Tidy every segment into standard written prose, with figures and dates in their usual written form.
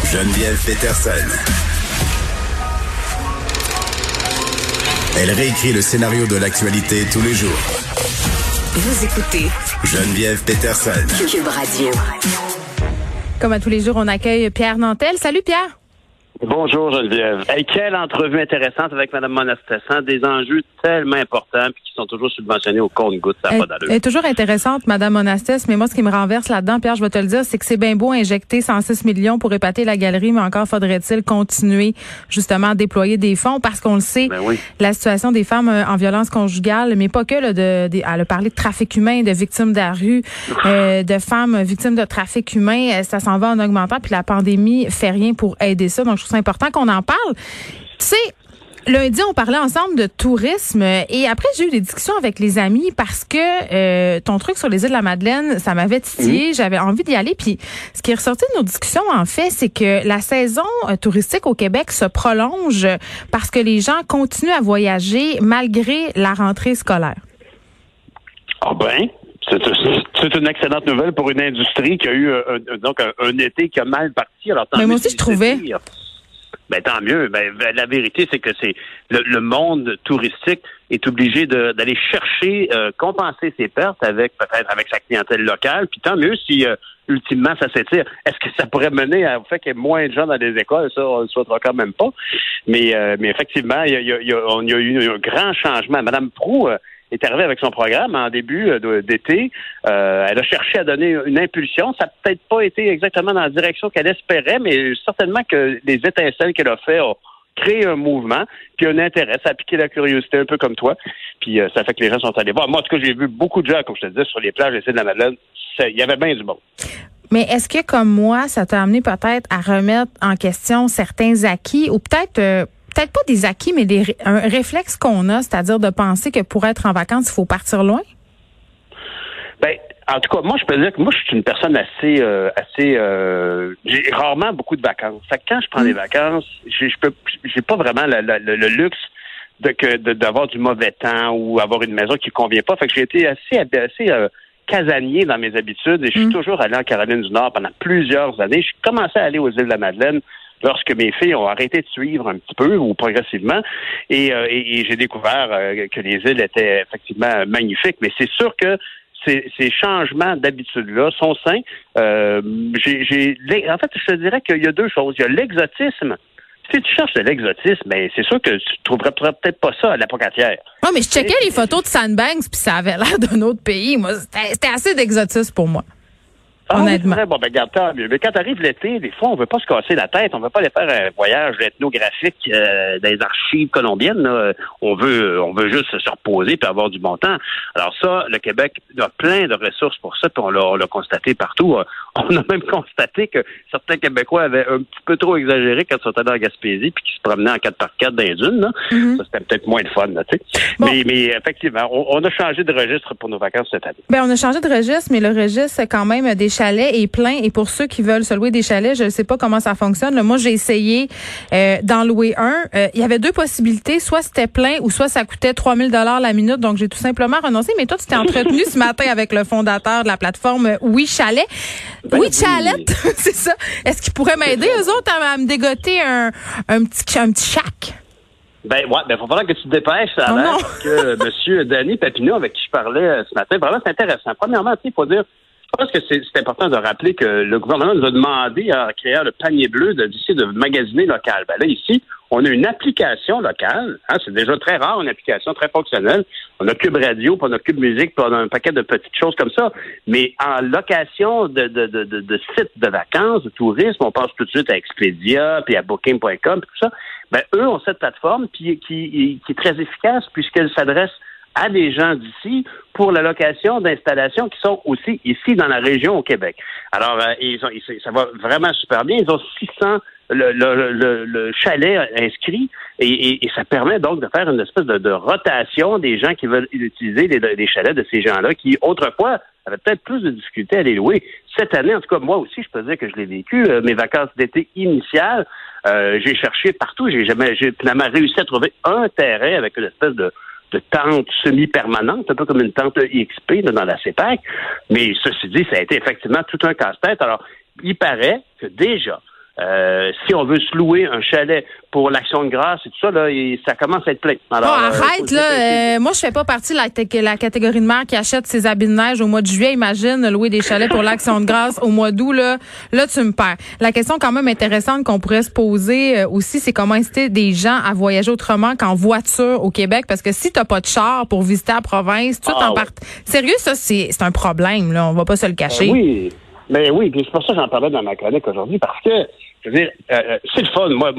Geneviève Peterson. Elle réécrit le scénario de l'actualité tous les jours. Vous écoutez Geneviève Peterson. Cube Radio. Comme à tous les jours, on accueille Pierre Nantel. Salut Pierre. Bonjour Geneviève. Hey, quelle entrevue intéressante avec Mme Monastessan, des enjeux tellement importants puis qui sont toujours subventionnés au compte-gouttes, ça n'a pas d'allure. Elle est toujours intéressante, Mme Monastès, mais moi, ce qui me renverse là-dedans, Pierre, je vais te le dire, c'est que c'est bien beau injecter 106 millions pour épater la galerie, mais encore faudrait-il continuer justement à déployer des fonds parce qu'on le sait, la situation des femmes en violence conjugale, mais pas que, là, elle a parlé de trafic humain, de victimes de la rue, de femmes victimes de trafic humain, ça s'en va en augmentant, puis la pandémie fait rien pour aider ça, donc je trouve ça important qu'on en parle. Tu sais, lundi, on parlait ensemble de tourisme et après, j'ai eu des discussions avec les amis parce que ton truc sur les îles de la Madeleine, ça m'avait titillé. J'avais envie d'y aller. Puis, ce qui est ressorti de nos discussions, en fait, c'est que la saison touristique au Québec se prolonge parce que les gens continuent à voyager malgré la rentrée scolaire. Ah ben, c'est une excellente nouvelle pour une industrie qui a eu un été qui a mal parti. Alors, mais moi aussi, je trouvais. Ben tant mieux. Ben la vérité, c'est que c'est le monde touristique est obligé d'aller chercher, compenser ses pertes avec sa clientèle locale. Puis tant mieux si ultimement ça s'étire. Est-ce que ça pourrait mener au fait qu'il y ait moins de gens dans les écoles? Ça, on ne le souhaitera quand même pas. Mais effectivement, il y a eu un grand changement. Madame Proulx est arrivée avec son programme en début d'été. Elle a cherché à donner une impulsion. Ça n'a peut-être pas été exactement dans la direction qu'elle espérait, mais certainement que les étincelles qu'elle a fait ont créé un mouvement, puis un intérêt. Ça a piqué la curiosité un peu comme toi. Puis ça fait que les gens sont allés voir. Moi, en tout cas, j'ai vu beaucoup de gens, comme je te disais, sur les plages des îles de la Madeleine. Il y avait bien du monde. Mais est-ce que, comme moi, ça t'a amené peut-être à remettre en question certains acquis ou peut-être pas des acquis, mais un réflexe qu'on a, c'est-à-dire de penser que pour être en vacances, il faut partir loin? Ben, en tout cas, moi, je peux dire que moi, je suis une personne assez, j'ai rarement beaucoup de vacances. Fait que quand je prends des vacances, j'ai pas vraiment le luxe d'avoir du mauvais temps ou avoir une maison qui convient pas. Fait que j'ai été assez casanier dans mes habitudes et je suis toujours allé en Caroline du Nord pendant plusieurs années. J'ai commencé à aller aux îles de la Madeleine lorsque mes filles ont arrêté de suivre un petit peu ou progressivement, et j'ai découvert que les îles étaient effectivement magnifiques. Mais c'est sûr que ces changements d'habitude-là sont sains. En fait, je te dirais qu'il y a deux choses. Il y a l'exotisme. Si tu cherches de l'exotisme, ben c'est sûr que tu trouverais peut-être pas ça à la Pocatière. Non, mais je checkais les photos de Sandbanks puis ça avait l'air d'un autre pays. Moi, c'était assez d'exotisme pour moi. Honnêtement. Oui, bon, ben, regarde, tant mieux. Mais quand t'arrives l'été, des fois, on veut pas se casser la tête. On veut pas aller faire un voyage ethnographique des archives colombiennes. Là. On veut juste se reposer puis avoir du bon temps. Alors ça, le Québec a plein de ressources pour ça, puis on l'a constaté partout. On a même constaté que certains Québécois avaient un petit peu trop exagéré quand ils sont allés en Gaspésie puis qu'ils se promenaient en 4x4 dans les dunes. Là. Ça, c'était peut-être moins de fun, là, tu sais. Bon. Mais effectivement, on a changé de registre pour nos vacances cette année. Ben, on a changé de registre, mais le registre, c'est quand même des chalets est plein. Et pour ceux qui veulent se louer des chalets, je ne sais pas comment ça fonctionne. Là, moi, j'ai essayé d'en louer un. Il y avait deux possibilités. Soit c'était plein ou soit ça coûtait 3 000 $ la minute. Donc, j'ai tout simplement renoncé. Mais toi, tu t'es entretenu ce matin avec le fondateur de la plateforme Oui Chalet. Oui Chalet, c'est ça. Est-ce qu'ils pourraient m'aider, eux autres, à me dégoter un petit shack? Ben faut falloir que tu te dépêches, ça a l'air, parce que M. Danny Papineau, avec qui je parlais ce matin, vraiment, c'est intéressant. Premièrement, il faut dire, je pense que c'est important de rappeler que le gouvernement nous a demandé à créer le panier bleu d'essayer de magasiner local. Ben là, ici, on a une application locale. Hein, c'est déjà très rare, une application très fonctionnelle. On a Cube Radio, puis on a Cube Musique, puis on a un paquet de petites choses comme ça. Mais en location de sites de vacances, de tourisme, on pense tout de suite à Expedia, puis à Booking.com, puis tout ça. Ben eux ont cette plateforme qui est très efficace puisqu'elle s'adresse à des gens d'ici pour la location d'installations qui sont aussi ici dans la région au Québec. Alors, ça va vraiment super bien. Ils ont 600 le chalet inscrit et ça permet donc de faire une espèce de rotation des gens qui veulent utiliser les chalets de ces gens-là qui, autrefois, avaient peut-être plus de difficultés à les louer. Cette année, en tout cas, moi aussi, je peux dire que je l'ai vécu. Mes vacances d'été initiales, j'ai cherché partout. J'ai finalement réussi à trouver un terrain avec une espèce de tente semi-permanente, un peu comme une tente IXP là, dans la CEPAC. Mais ceci dit, ça a été effectivement tout un casse-tête. Alors, il paraît que déjà, Si on veut se louer un chalet pour l'Action de grâce et tout ça, là, ça commence à être plein. Alors, arrête, là. Moi, je fais pas partie de la catégorie de mère qui achète ses habits de neige au mois de juillet. Imagine louer des chalets pour l'Action de grâce au mois d'août, là. Là, tu me perds. La question quand même intéressante qu'on pourrait se poser aussi, c'est comment inciter des gens à voyager autrement qu'en voiture au Québec. Parce que si t'as pas de char pour visiter la province, Sérieux, ça, c'est un problème, là. On va pas se le cacher. Oui. Mais oui, puis c'est pour ça que j'en parlais dans ma chronique aujourd'hui, parce que, je veux dire, c'est le fun. Moi,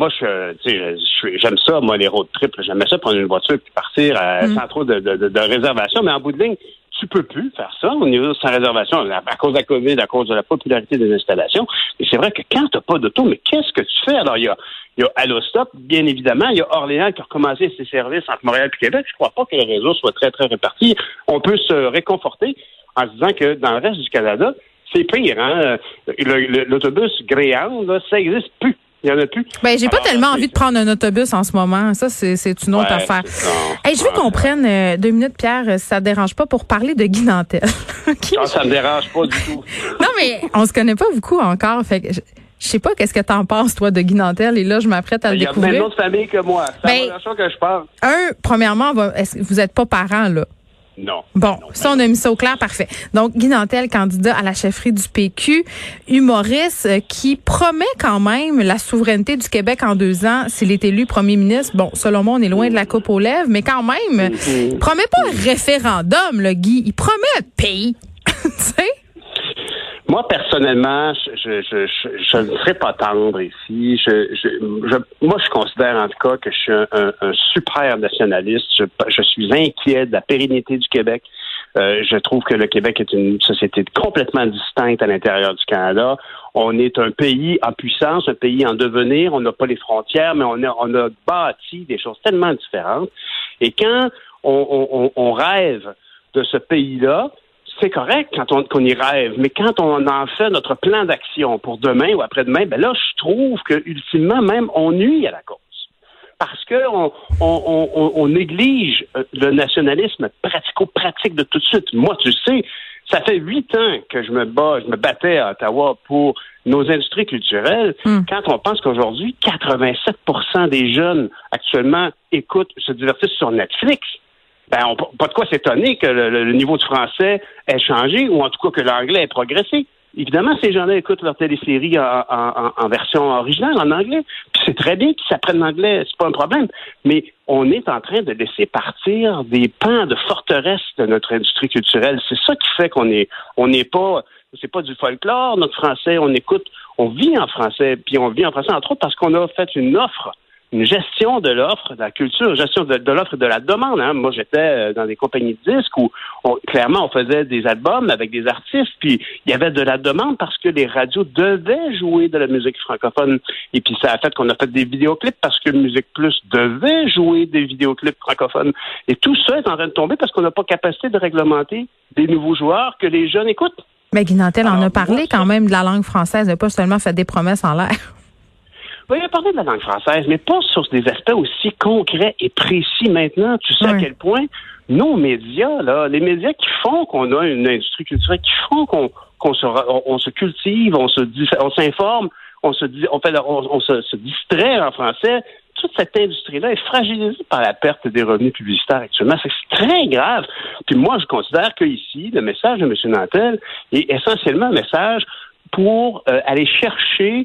j'aime ça, moi, les road trips. J'aimais ça prendre une voiture et partir sans trop de réservation. Mais en bout de ligne, tu peux plus faire ça au niveau sans réservation à cause de la COVID, à cause de la popularité des installations. Et c'est vrai que quand t'as pas d'auto, mais qu'est-ce que tu fais? Alors, il y a Allostop, bien évidemment. Il y a Orléans qui a recommencé ses services entre Montréal et Québec. Je crois pas que le réseau soit très, très réparti. On peut se réconforter en se disant que dans le reste du Canada, c'est pire, hein? L'autobus Greyhound, là, ça existe plus. Il y en a plus. Ben, j'ai pas tellement envie de prendre un autobus en ce moment. Ça, c'est une autre affaire. Je veux qu'on prenne 2 minutes, Pierre, si ça te dérange pas, pour parler de Guy Nantel. Non, ça me dérange pas du tout. Non, mais on se connaît pas beaucoup encore. Fait que je sais pas qu'est-ce que t'en penses, toi, de Guy Nantel. Et là, je m'apprête à le découvrir. Il y a même d'autres familles que moi. C'est la chose que je parle. Premièrement, est-ce que vous êtes pas parents, là? Non. Bon, ça, on a mis ça au clair, parfait. Donc, Guy Nantel, candidat à la chefferie du PQ, humoriste qui promet quand même la souveraineté du Québec en 2 ans s'il est élu premier ministre. Bon, selon moi, on est loin de la coupe aux lèvres, mais quand même, il promet pas un référendum, le Guy. Il promet un pays. Tu sais? Moi, personnellement, je ne serais pas tendre ici. Moi, je considère en tout cas que je suis un super nationaliste. Je suis inquiet de la pérennité du Québec. Je trouve que le Québec est une société complètement distincte à l'intérieur du Canada. On est un pays en puissance, un pays en devenir. On n'a pas les frontières, mais on a bâti des choses tellement différentes. Et quand on rêve de ce pays-là, c'est correct qu'on y rêve, mais quand on en fait notre plan d'action pour demain ou après-demain, ben là, je trouve que ultimement même on nuit à la cause. Parce que on néglige le nationalisme pratico-pratique de tout de suite. Moi, tu sais, ça fait 8 ans que je me battais à Ottawa pour nos industries culturelles. Quand on pense qu'aujourd'hui, 87% des jeunes actuellement se divertissent sur Netflix. Ben, pas de quoi s'étonner que le niveau du français ait changé, ou en tout cas que l'anglais ait progressé. Évidemment, ces gens-là écoutent leur télésérie en version originale, en anglais. Puis c'est très bien qu'ils s'apprennent l'anglais, c'est pas un problème. Mais on est en train de laisser partir des pans de forteresse de notre industrie culturelle. C'est ça qui fait c'est pas du folklore, notre français, on vit en français, puis on vit en français entre autres parce qu'on a fait une gestion de l'offre, de la culture, gestion de l'offre et de la demande. Hein. Moi, j'étais dans des compagnies de disques où clairement on faisait des albums avec des artistes, puis il y avait de la demande parce que les radios devaient jouer de la musique francophone. Et puis ça a fait qu'on a fait des vidéoclips parce que Musique Plus devait jouer des vidéoclips francophones. Et tout ça est en train de tomber parce qu'on n'a pas capacité de réglementer des nouveaux joueurs que les jeunes écoutent. Mais Guy Nantel en a parlé quand même de la langue française, il n'a pas seulement fait des promesses en l'air. Oui, il a parlé de la langue française, mais pas sur des aspects aussi concrets et précis maintenant. Tu sais à quel point nos médias, là, les médias qui font qu'on a une industrie culturelle, qui font qu'on se cultive, on s'informe, on se distrait en français, toute cette industrie-là est fragilisée par la perte des revenus publicitaires actuellement. C'est très grave. Puis moi, je considère que ici, le message de M. Nantel est essentiellement un message pour aller chercher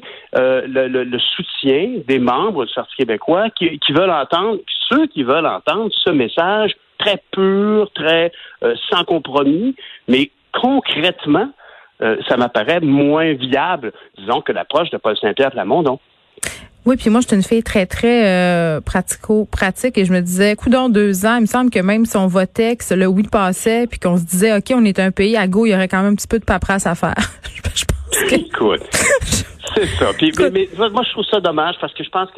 le soutien des membres du Parti québécois qui veulent entendre, ceux qui veulent entendre ce message très pur, très sans compromis, mais concrètement, ça m'apparaît moins viable, disons, que l'approche de Paul Saint-Pierre Plamondon. Oui, puis moi, je suis une fille très, très pratico-pratique et je me disais, coudonc 2 ans, il me semble que même si on votait, que le oui passait, puis qu'on se disait, OK, on est un pays à go, il y aurait quand même un petit peu de paperasse à faire. Je pense que... Écoute, c'est ça. Puis, mais moi, je trouve ça dommage parce que je pense que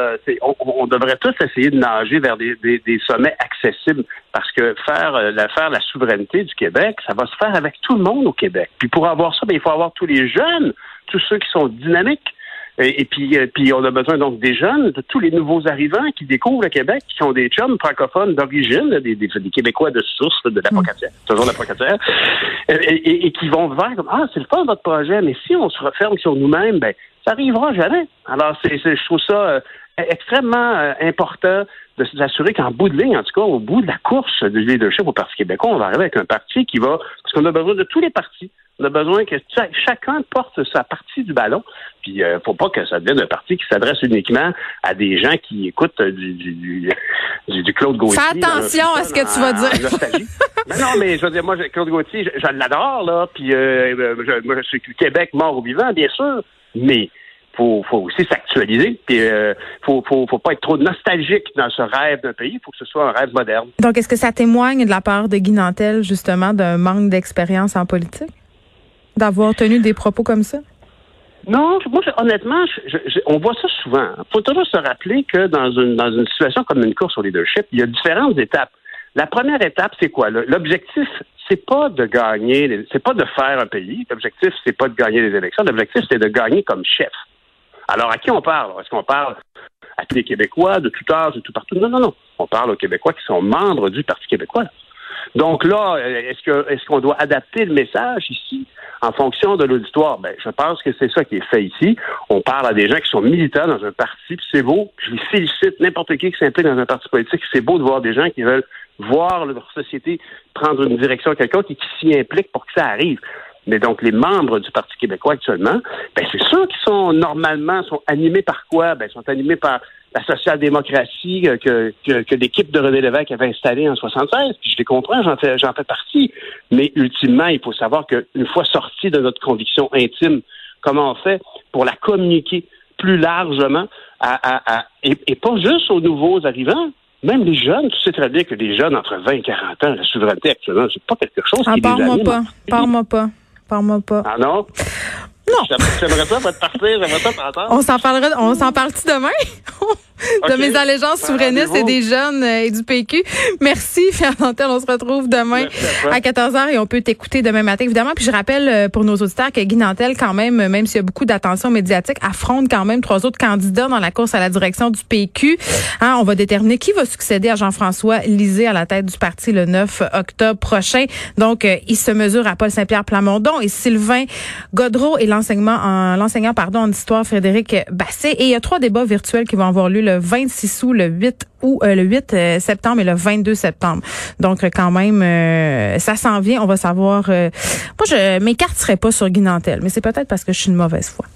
on devrait tous essayer de nager vers des sommets accessibles parce que faire la souveraineté du Québec, ça va se faire avec tout le monde au Québec. Puis pour avoir ça, il faut avoir tous les jeunes, tous ceux qui sont dynamiques. Et puis on a besoin donc des jeunes, de tous les nouveaux arrivants qui découvrent le Québec, qui sont des chums francophones d'origine, des Québécois de source, de la Pocatière, toujours de la Pocatière, et qui vont vers comme c'est le fun votre projet, mais si on se referme sur nous-mêmes, ben Ça arrivera jamais. Alors, je trouve ça extrêmement important de s'assurer qu'en bout de ligne, en tout cas, au bout de la course du leadership au Parti québécois, on va arriver avec un parti qui va... Parce qu'on a besoin de tous les partis. On a besoin que chacun porte sa partie du ballon. Puis, faut pas que ça devienne un parti qui s'adresse uniquement à des gens qui écoutent du Claude Gauthier. Fais attention à ce que tu vas dire. Mais non, mais je veux dire, moi, Claude Gauthier, je l'adore, là. Puis, moi, je suis Québec mort ou vivant, bien sûr. Mais faut aussi s'actualiser. Puis, faut pas être trop nostalgique dans ce rêve d'un pays. Il faut que ce soit un rêve moderne. Donc, est-ce que ça témoigne de la part de Guy Nantel, justement, d'un manque d'expérience en politique? D'avoir tenu des propos comme ça? Non, moi, honnêtement, on voit ça souvent. Il faut toujours se rappeler que dans une situation comme une course au leadership, il y a différentes étapes. La première étape, c'est quoi? L'objectif, c'est pas de gagner, c'est pas de faire un pays. L'objectif, c'est pas de gagner les élections. L'objectif, c'est de gagner comme chef. Alors, à qui on parle? Est-ce qu'on parle à tous les Québécois, de tout âge, de tout partout? Non. On parle aux Québécois qui sont membres du Parti québécois. Donc là, est-ce qu'on doit adapter le message ici en fonction de l'auditoire? Ben, je pense que c'est ça qui est fait ici. On parle à des gens qui sont militants dans un parti, puis c'est beau. Je les félicite, n'importe qui s'implique dans un parti politique. C'est beau de voir des gens qui veulent voir leur société prendre une direction quelconque et qui s'y impliquent pour que ça arrive. Mais donc, les membres du Parti québécois actuellement, ben, c'est ceux qui sont animés par quoi? Ben, ils sont animés par la social-démocratie que l'équipe de René Lévesque avait installée en 76. Puis je les comprends, j'en fais partie. Mais ultimement, il faut savoir qu'une fois sortis de notre conviction intime, comment on fait pour la communiquer plus largement et pas juste aux nouveaux arrivants. Même les jeunes, tu sais très bien que les jeunes entre 20 et 40 ans, la souveraineté actuellement, c'est pas quelque chose qui les anime. Parle-moi pas. Ah non? Non. J'aimerais ça partir, j'aimerais ça t'entendre. On s'en parle-tu demain? De mes allégeances souverainistes et des jeunes et du PQ. Merci, Pierre Nantel. On se retrouve demain à 14h et on peut t'écouter demain matin, évidemment. Puis je rappelle pour nos auditeurs que Guy Nantel, quand même s'il y a beaucoup d'attention médiatique, affronte quand même 3 autres candidats dans la course à la direction du PQ. On va déterminer qui va succéder à Jean-François Lisée à la tête du parti le 9 octobre prochain. Donc, il se mesure à Paul Saint-Pierre Plamondon et Sylvain Godreau et l'enseignant en histoire Frédéric Basset. Et il y a 3 débats virtuels qui vont avoir lieu le 26 août, le 8 septembre et le 22 septembre. Donc, quand même, ça s'en vient. On va savoir. Moi, mes cartes seraient pas sur Guy Nantel, mais c'est peut-être parce que je suis une mauvaise foi.